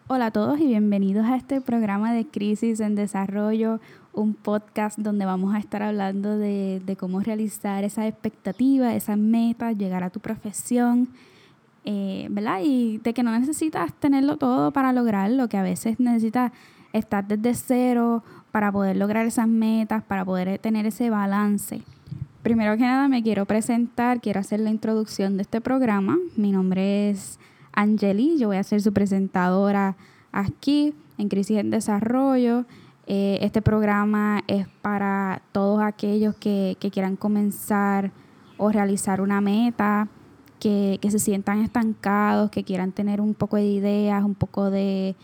Hola a todos y bienvenidos a este programa de Crisis en Desarrollo, un podcast donde vamos a estar hablando de cómo realizar esas expectativas, esas metas, llegar a tu profesión, ¿verdad? Y de que no necesitas tenerlo todo para lograrlo, que a veces necesitas estar desde cero para poder lograr esas metas, para poder tener ese balance. Primero que nada me quiero presentar, quiero hacer la introducción de este programa. Mi nombre es Angeli, yo voy a ser su presentadora aquí en Crisis en Desarrollo. Este programa es para todos aquellos que quieran comenzar o realizar una meta, que se sientan estancados, que quieran tener un poco de ideas, un poco de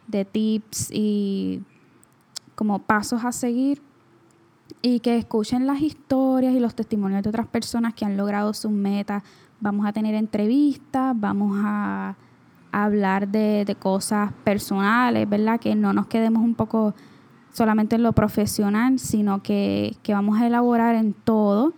tips y como pasos a seguir. Y que escuchen las historias y los testimonios de otras personas que han logrado sus metas. Vamos a tener entrevistas, vamos a hablar de cosas personales, ¿verdad? Que no nos quedemos un poco solamente en lo profesional, sino que vamos a elaborar en todo.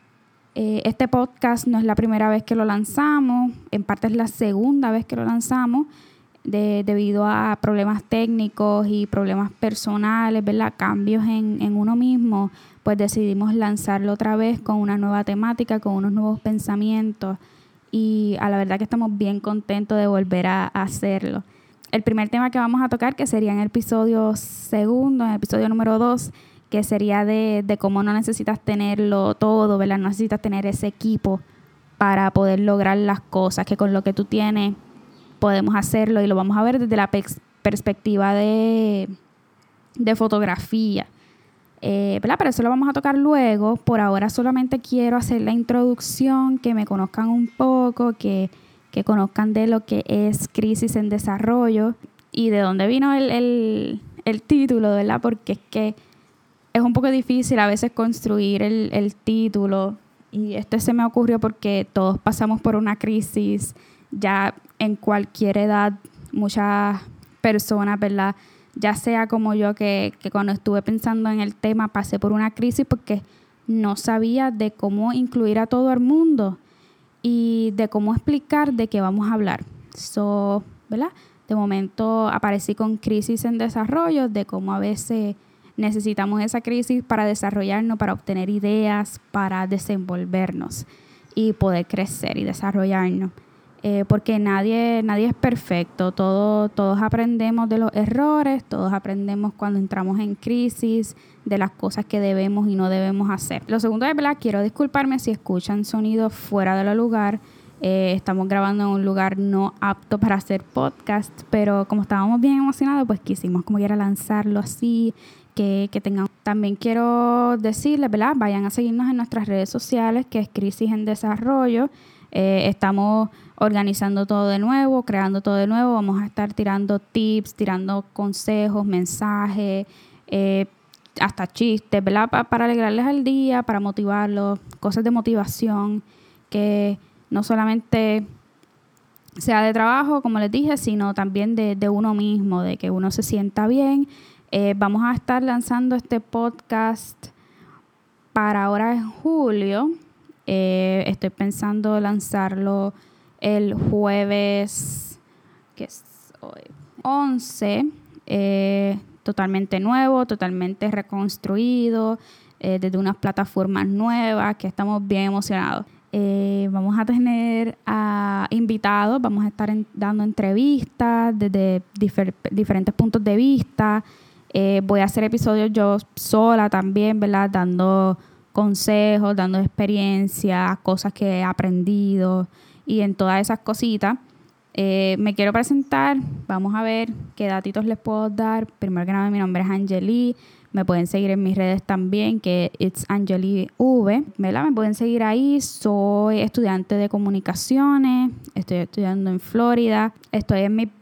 Este podcast no es la primera vez que lo lanzamos, en parte es la segunda vez que lo lanzamos, debido a problemas técnicos y problemas personales, ¿verdad? Cambios en uno mismo, pues decidimos lanzarlo otra vez con una nueva temática, con unos nuevos pensamientos y a la verdad que estamos bien contentos de volver a hacerlo. El primer tema que vamos a tocar, que sería en el episodio segundo, en el episodio número 2, que sería de cómo no necesitas tenerlo todo, ¿verdad? No necesitas tener ese equipo para poder lograr las cosas, que con lo que tú tienes podemos hacerlo y lo vamos a ver desde la perspectiva de fotografía. ¿Verdad? Pero eso lo vamos a tocar luego. Por ahora solamente quiero hacer la introducción, que me conozcan un poco, que conozcan de lo que es Crisis en Desarrollo y de dónde vino el título, ¿verdad? Porque es que es un poco difícil a veces construir el título y esto se me ocurrió porque todos pasamos por una crisis ya en cualquier edad. Muchas personas, ¿verdad? Ya sea como yo que cuando estuve pensando en el tema pasé por una crisis porque no sabía de cómo incluir a todo el mundo y de cómo explicar de qué vamos a hablar. ¿Verdad? De momento aparecí con Crisis en Desarrollo, de cómo a veces necesitamos esa crisis para desarrollarnos, para obtener ideas, para desenvolvernos y poder crecer y desarrollarnos. Porque nadie es perfecto, todos aprendemos de los errores, todos aprendemos cuando entramos en crisis, de las cosas que debemos y no debemos hacer. Lo segundo es, ¿verdad? Quiero disculparme si escuchan sonidos fuera del lugar. Estamos grabando en un lugar no apto para hacer podcast, pero como estábamos bien emocionados, pues quisimos como quiera lanzarlo así, que tengan. También quiero decirles, ¿verdad? Vayan a seguirnos en nuestras redes sociales, que es Crisis en Desarrollo. Estamos organizando todo de nuevo, creando todo de nuevo. Vamos a estar tirando tips, tirando consejos, mensajes, hasta chistes, ¿verdad? Para alegrarles el día, para motivarlos, cosas de motivación, que no solamente sea de trabajo, como les dije, sino también de uno mismo, de que uno se sienta bien. Vamos a estar lanzando este podcast para ahora en julio. Estoy pensando lanzarlo el jueves, que es hoy, 11, totalmente nuevo, totalmente reconstruido, desde unas plataformas nuevas, que estamos bien emocionados. Vamos a tener invitados, vamos a estar dando entrevistas desde diferentes puntos de vista. Voy a hacer episodios yo sola también, ¿verdad? Dando consejos, dando experiencias, cosas que he aprendido y en todas esas cositas. Me quiero presentar, vamos a ver qué datitos les puedo dar. Primero que nada, mi nombre es Angeli. Me pueden seguir en mis redes también, que it's Angeli V, ¿verdad? Me pueden seguir ahí. Soy estudiante de comunicaciones, estoy estudiando en Florida. Estoy en mis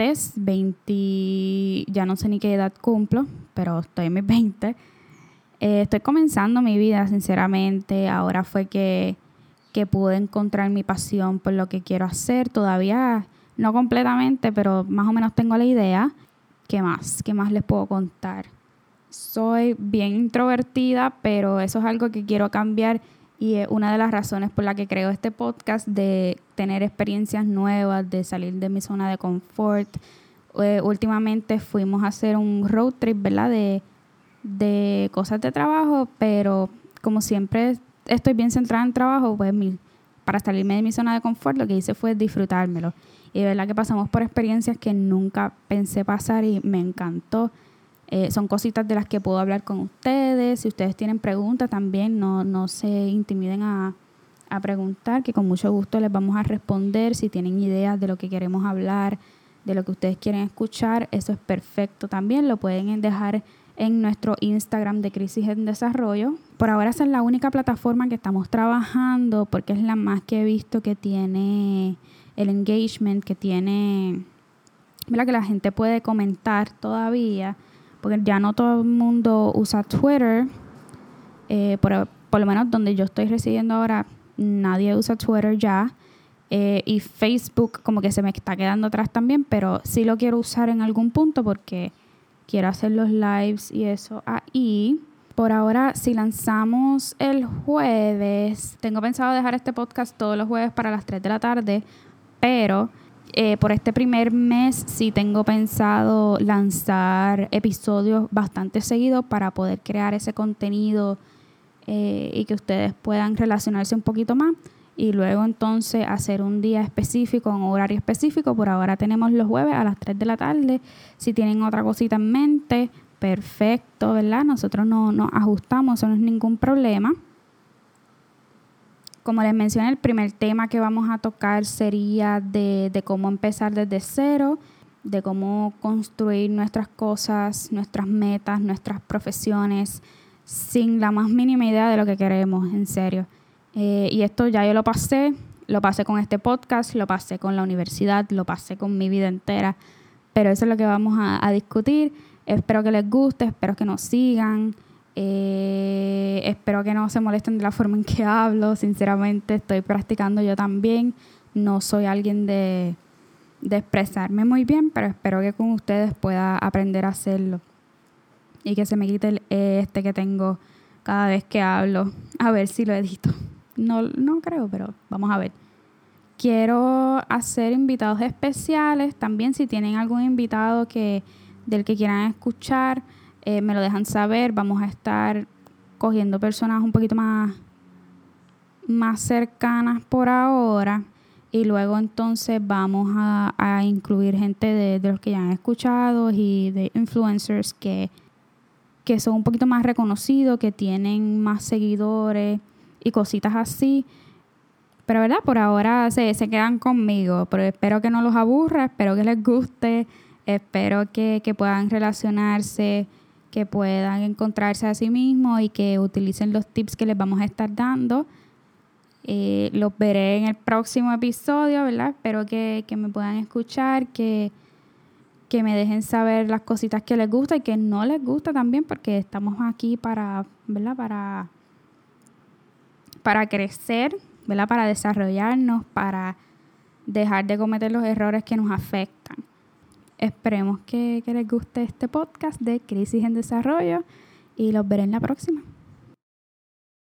20, ya no sé ni qué edad cumplo, pero estoy en mis 20. Estoy comenzando mi vida, sinceramente. Ahora fue que pude encontrar mi pasión por lo que quiero hacer. Todavía no completamente, pero más o menos tengo la idea. ¿Qué más? ¿Qué más les puedo contar? Soy bien introvertida, pero eso es algo que quiero cambiar y es una de las razones por la que creo este podcast, de tener experiencias nuevas, de salir de mi zona de confort, Últimamente fuimos a hacer un road trip, ¿verdad? De cosas de trabajo, pero como siempre estoy bien centrada en trabajo, pues para salirme de mi zona de confort, lo que hice fue disfrutármelo. Y de verdad que pasamos por experiencias que nunca pensé pasar y me encantó. Son cositas de las que puedo hablar con ustedes. Si ustedes tienen preguntas también, no se intimiden a preguntar, que con mucho gusto les vamos a responder. Si tienen ideas de lo que queremos hablar, de lo que ustedes quieren escuchar, eso es perfecto también. Lo pueden dejar en nuestro Instagram de Crisis en Desarrollo. Por ahora esa es la única plataforma que estamos trabajando porque es la más que he visto que tiene el engagement, que tiene, ¿verdad? Que la gente puede comentar todavía, porque ya no todo el mundo usa Twitter. Por lo menos donde yo estoy residiendo ahora, nadie usa Twitter ya. Y Facebook como que se me está quedando atrás también, pero sí lo quiero usar en algún punto porque quiero hacer los lives y eso ahí. Por ahora, si lanzamos el jueves, tengo pensado dejar este podcast todos los jueves para las 3 de la tarde, pero por este primer mes sí tengo pensado lanzar episodios bastante seguidos para poder crear ese contenido y que ustedes puedan relacionarse un poquito más. Y luego entonces hacer un día específico, un horario específico. Por ahora tenemos los jueves a las 3 de la tarde. Si tienen otra cosita en mente, perfecto, ¿verdad? Nosotros nos ajustamos, eso no es ningún problema. Como les mencioné, el primer tema que vamos a tocar sería de cómo empezar desde cero, de cómo construir nuestras cosas, nuestras metas, nuestras profesiones, sin la más mínima idea de lo que queremos, en serio. Y esto ya yo lo pasé con este podcast, lo pasé con la universidad, lo pasé con mi vida entera, pero eso es lo que vamos a discutir. Espero que les guste, espero que nos sigan, espero que no se molesten de la forma en que hablo. Sinceramente estoy practicando yo también, no soy alguien de expresarme muy bien, pero espero que con ustedes pueda aprender a hacerlo y que se me quite el que tengo cada vez que hablo, a ver si lo edito. No creo, pero vamos a ver. Quiero hacer invitados especiales. También si tienen algún invitado del que quieran escuchar, me lo dejan saber. Vamos a estar cogiendo personas un poquito más cercanas por ahora. Y luego entonces vamos a incluir gente de los que ya han escuchado y de influencers que son un poquito más reconocidos, que tienen más seguidores y cositas así. Pero verdad, por ahora se quedan conmigo, pero espero que no los aburra, espero que les guste, espero que puedan relacionarse, que puedan encontrarse a sí mismos y que utilicen los tips que les vamos a estar dando. Los veré en el próximo episodio, ¿verdad? Espero que me puedan escuchar, que me dejen saber las cositas que les gusta y que no les gusta también, porque estamos aquí para, ¿verdad? Para crecer, ¿verdad? Para desarrollarnos, para dejar de cometer los errores que nos afectan. Esperemos que les guste este podcast de Crisis en Desarrollo y los veré en la próxima.